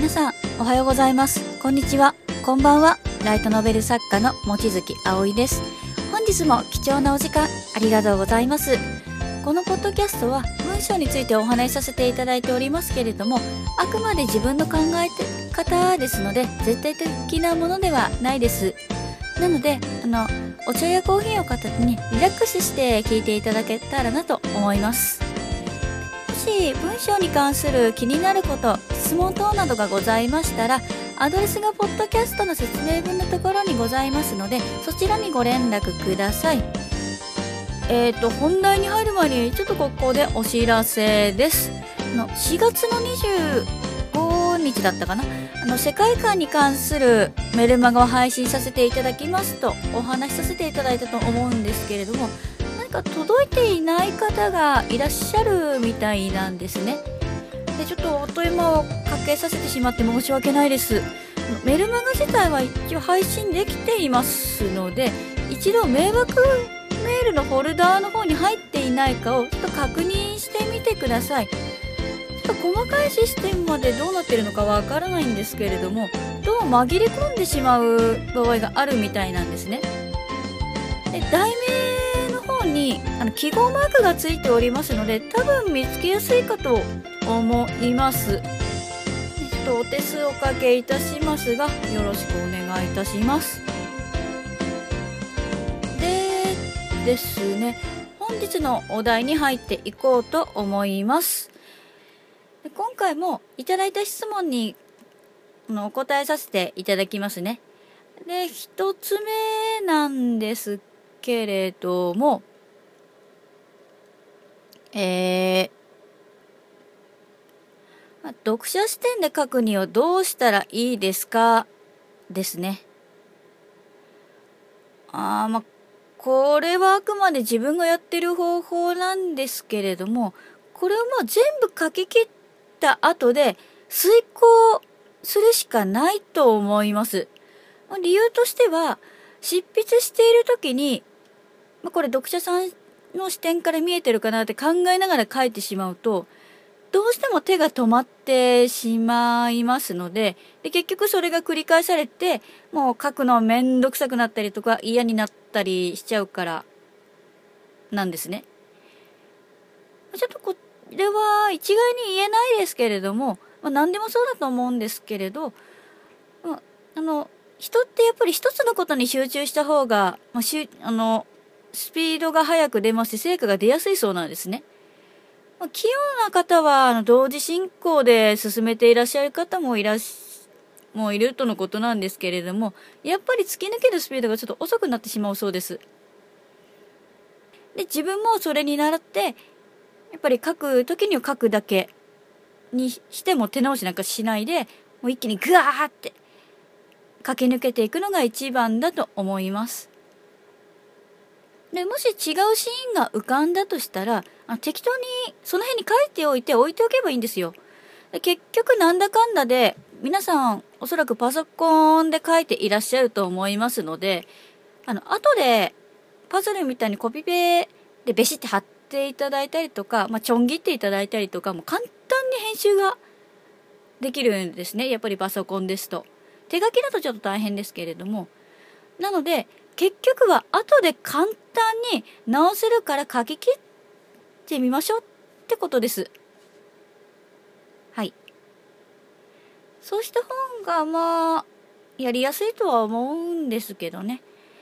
皆さんおはようございます。こんにちは、こんばんは。ライトノベル作家の望月葵です。本日も貴重なお時間ありがとうございます。このポッドキャストは文章についてお話しさせていただいておりますけれども、あくまで自分の考え方ですので絶対的なものではないです。なのでお茶やコーヒーを片手にリラックスして聞いていただけたらなと思います。もし文章に関する気になること、質問等などがございましたら、アドレスがポッドキャストの説明文のところにございますので、そちらにご連絡ください。本題に入る前にちょっとここでお知らせです。4月の25日だったかな、世界観に関するメルマガを配信させていただきますとお話しさせていただいたと思うんですけれども、何か届いていない方がいらっしゃるみたいなんですね。でちょっとお問い間をかけさせてしまって申し訳ないです。メルマガ自体は一応配信できていますので、一度迷惑メールのフォルダーの方に入っていないかをちょっと確認してみてください。ちょっと細かいシステムまでどうなってるのかわからないんですけれども、どうも紛れ込んでしまう場合があるみたいなんですね。で題名の方に記号マークがついておりますので、多分見つけやすいかと思います。ちょっとお手数おかけいたしますが、よろしくお願いいたします。ですね、本日のお題に入っていこうと思います。今回もいただいた質問にお答えさせていただきますね。で、一つ目なんですけれども、読者視点で書くにはどうしたらいいですかですね。これはあくまで自分がやってる方法なんですけれども、これを全部書き切った後で遂行するしかないと思います。理由としては、執筆している時に、これ読者さんの視点から見えてるかなって考えながら書いてしまうと、どうしても手が止まってしまいますので、結局それが繰り返されて、もう書くのめんどくさくなったりとか嫌になったりしちゃうからなんですね。ちょっとこれは一概に言えないですけれども、何でもそうだと思うんですけれど、人ってやっぱり一つのことに集中した方が、スピードが速く出ますし、成果が出やすいそうなんですね。器用な方は同時進行で進めていらっしゃる方もいるとのことなんですけれども、やっぱり突き抜けるスピードがちょっと遅くなってしまうそうです。で、自分もそれに倣ってやっぱり書く時には書くだけにしても手直しなんかしないで、もう一気にグワーって駆け抜けていくのが一番だと思います。でもし違うシーンが浮かんだとしたら、適当にその辺に書いておいて置いておけばいいんですよ。で結局なんだかんだで皆さんおそらくパソコンで書いていらっしゃると思いますので、後でパズルみたいにコピペでベシって貼っていただいたりとか、ちょん切っていただいたりとかも簡単に編集ができるんですね。やっぱりパソコンですと。手書きだとちょっと大変ですけれども。なので結局は後で簡単に直せるから書き切ってみましょうってことです。はい。そうした方がやりやすいとは思うんですけどね。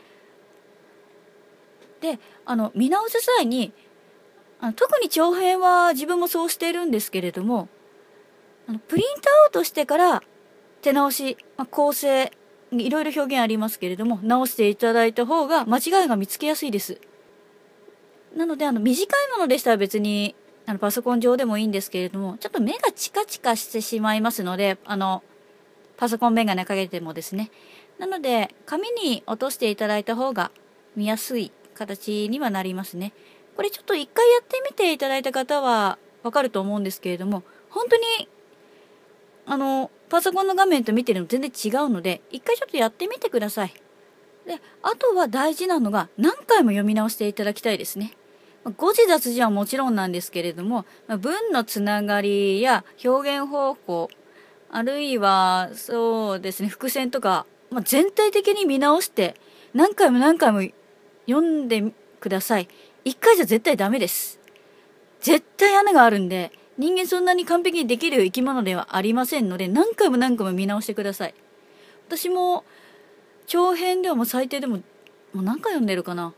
で、見直す際に特に長編は自分もそうしているんですけれども、プリントアウトしてから手直し、構成いろいろ表現ありますけれども、直していただいた方が間違いが見つけやすいです。なので短いものでしたら別にパソコン上でもいいんですけれども、ちょっと目がチカチカしてしまいますので、パソコンメガネかけてもですね。なので紙に落としていただいた方が見やすい形にはなりますね。これちょっと一回やってみていただいた方はわかると思うんですけれども、本当にパソコンの画面と見てるの全然違うので、一回ちょっとやってみてください。で、あとは大事なのが何回も読み直していただきたいですね。誤字脱字はもちろんなんですけれども、文のつながりや表現方法、 あるいはそうですね、伏線とか、全体的に見直して何回も何回も読んでください。一回じゃ絶対ダメです。絶対穴があるんで、人間そんなに完璧にできる生き物ではありませんので、何回も何回も見直してください。私も長編ではもう最低でも何回読んでるかな、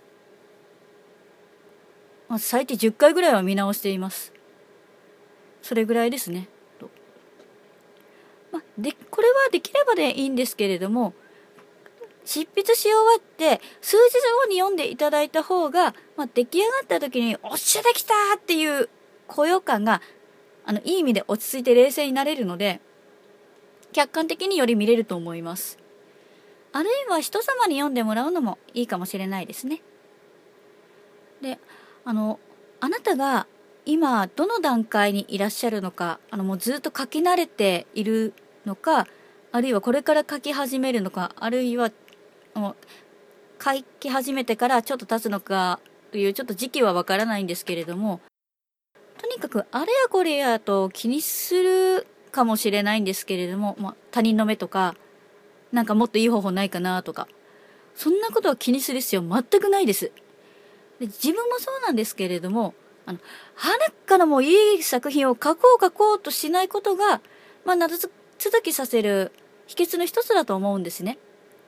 最低10回ぐらいは見直しています。それぐらいですね。これはできればでいいんですけれども、執筆し終わって数日後に読んでいただいた方が、出来上がった時におっしゃできたっていう高揚感がいい意味で落ち着いて冷静になれるので、客観的により見れると思います。あるいは人様に読んでもらうのもいいかもしれないですね。で、あなたが今どの段階にいらっしゃるのか、もうずっと書き慣れているのか、あるいはこれから書き始めるのか、あるいはもう書き始めてからちょっと経つのかというちょっと時期はわからないんですけれども、とにかくあれやこれやと気にするかもしれないんですけれども、他人の目とか、なんかもっといい方法ないかなとか、そんなことは気にする必要全くないです。で、自分もそうなんですけれども、はなっからもういい作品を書こうとしないことが、長続きさせる秘訣の一つだと思うんですね。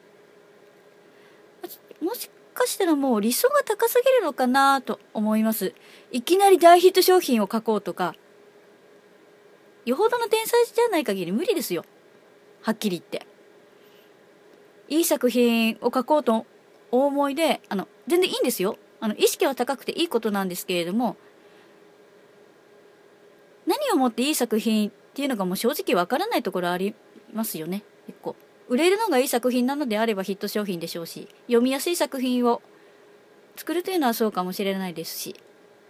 もしかしたらもう理想が高すぎるのかなと思います。いきなり大ヒット商品を書こうとか、よほどの天才じゃない限り無理ですよ。はっきり言って。いい作品を書こうとお思いで、全然いいんですよ。意識は高くていいことなんですけれども、何をもっていい作品っていうのがもう正直わからないところありますよね。結構。売れるのがいい作品なのであればヒット商品でしょうし、読みやすい作品を作るというのはそうかもしれないですし。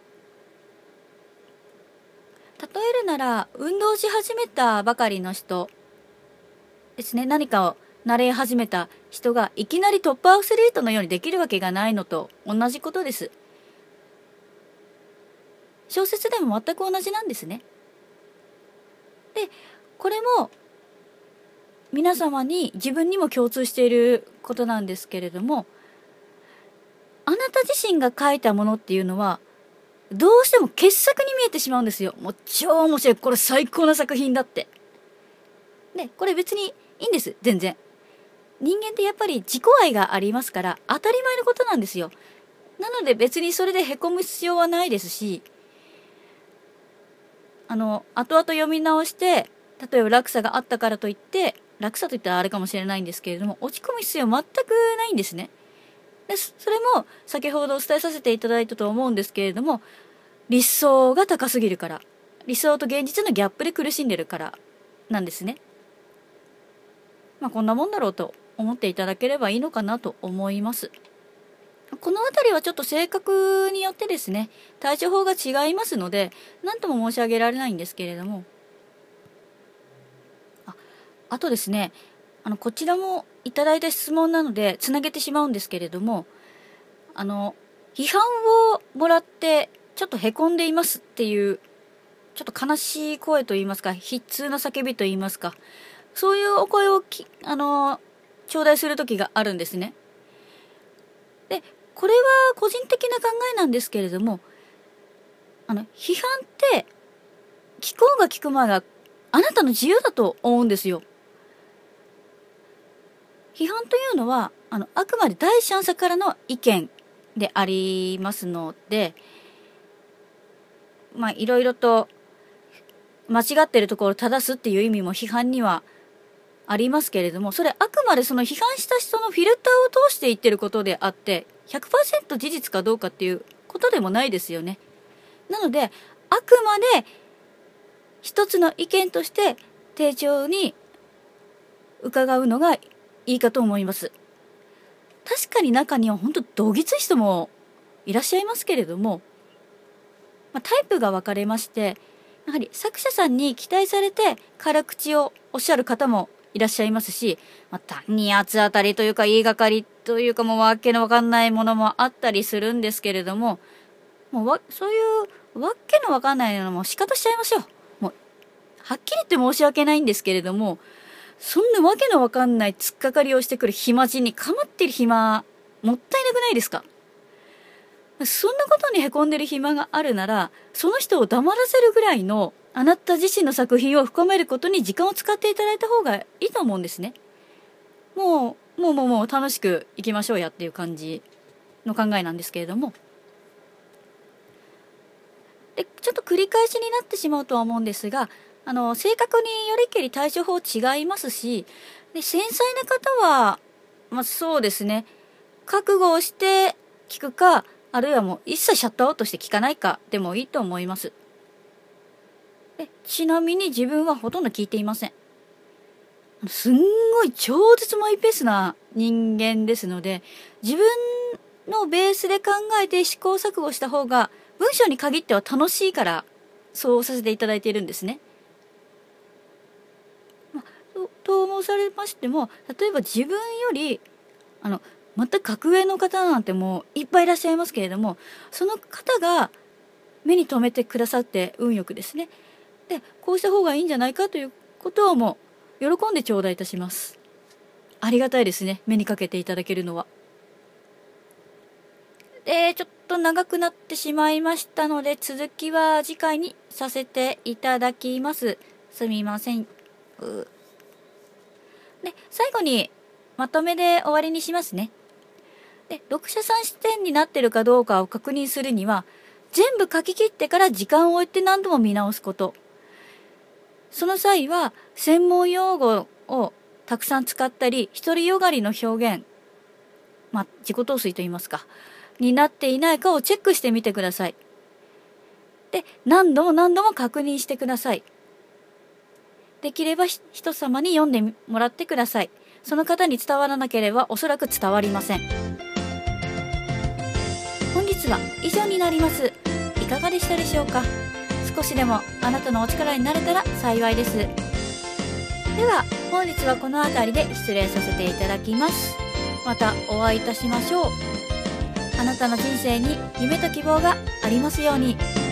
例えるなら、運動し始めたばかりの人ですね。何かを習い始めた人がいきなりトップアスリートのようにできるわけがないのと同じことです。小説でも全く同じなんですね。で、これも皆様に自分にも共通していることなんですけれども、あなた自身が書いたものっていうのはどうしても傑作に見えてしまうんですよ。もう超面白い、これ最高な作品だって。で、これ別にいいんです、全然。人間ってやっぱり自己愛がありますから当たり前のことなんですよ。なので別にそれでへこむ必要はないですし、後々読み直して、例えば落差があったからといって、落差といったらあれかもしれないんですけれども、落ち込む必要全くないんですね。で、それも先ほどお伝えさせていただいたと思うんですけれども、理想が高すぎるから、理想と現実のギャップで苦しんでるからなんですね。こんなもんだろうと思っていただければいいのかなと思います。このあたりはちょっと性格によってですね、対処法が違いますので、何とも申し上げられないんですけれども。あとですね、こちらもいただいた質問なので、つなげてしまうんですけれども、批判をもらって、ちょっと凹んでいますっていう、ちょっと悲しい声といいますか、悲痛な叫びといいますか、そういうお声を頂戴する時があるんですね。で、これは個人的な考えなんですけれども、批判って聞こうが聞くまいがあなたの自由だと思うんですよ。批判というのはあくまで第三者からの意見でありますので、いろいろと間違っているところを正すっていう意味も批判にはありますけれども、それあくまでその批判した人のフィルターを通して言ってることであって、100% 事実かどうかっていうことでもないですよね。なので、あくまで一つの意見として丁重に伺うのがいいかと思います。確かに中には本当どぎつい人もいらっしゃいますけれども、タイプが分かれまして、やはり作者さんに期待されて辛口をおっしゃる方もいらっしゃいますし、単に八つ当たりというか言いがかりというかもうわけのわかんないものもあったりするんですけれども、そういうわけのわかんないのも仕方しちゃいましょう。もうはっきり言って申し訳ないんですけれども、そんなわけのわかんない突っかかりをしてくる暇人に構ってる暇、もったいなくないですか？そんなことに凹んでる暇があるなら、その人を黙らせるぐらいのあなた自身の作品を深めることに時間を使っていただいた方がいいと思うんですね。もう楽しくいきましょうやっていう感じの考えなんですけれども。で、ちょっと繰り返しになってしまうとは思うんですが、正確によりけり対処法違いますし、で、繊細な方は、そうですね、覚悟をして聞くか、あるいはもう一切シャットアウトして聞かないかでもいいと思います。で、ちなみに自分はほとんど聞いていません。すんごい超絶マイペースな人間ですので、自分のベースで考えて試行錯誤した方が文章に限っては楽しいからそうさせていただいているんですね。と申されましても、例えば自分より全く格上の方なんてもういっぱいいらっしゃいますけれども、その方が目に留めてくださって運よくですね。で、こうした方がいいんじゃないかということをも喜んで頂戴いたします。ありがたいですね、目にかけていただけるのは。で、ちょっと長くなってしまいましたので、続きは次回にさせていただきます。すみません。で、最後にまとめで終わりにしますね。で、読者さん視点になってるかどうかを確認するには、全部書き切ってから時間を置いて何度も見直すこと。その際は、専門用語をたくさん使ったり、独りよがりの表現、自己陶酔と言いますか、になっていないかをチェックしてみてください。で、何度も確認してください。できれば人様に読んでもらってください。その方に伝わらなければおそらく伝わりません。本日は以上になります。いかがでしたでしょうか？少しでもあなたのお力になれたら幸いです。では本日はこの辺りで失礼させていただきます。またお会いいたしましょう。あなたの人生に夢と希望がありますように。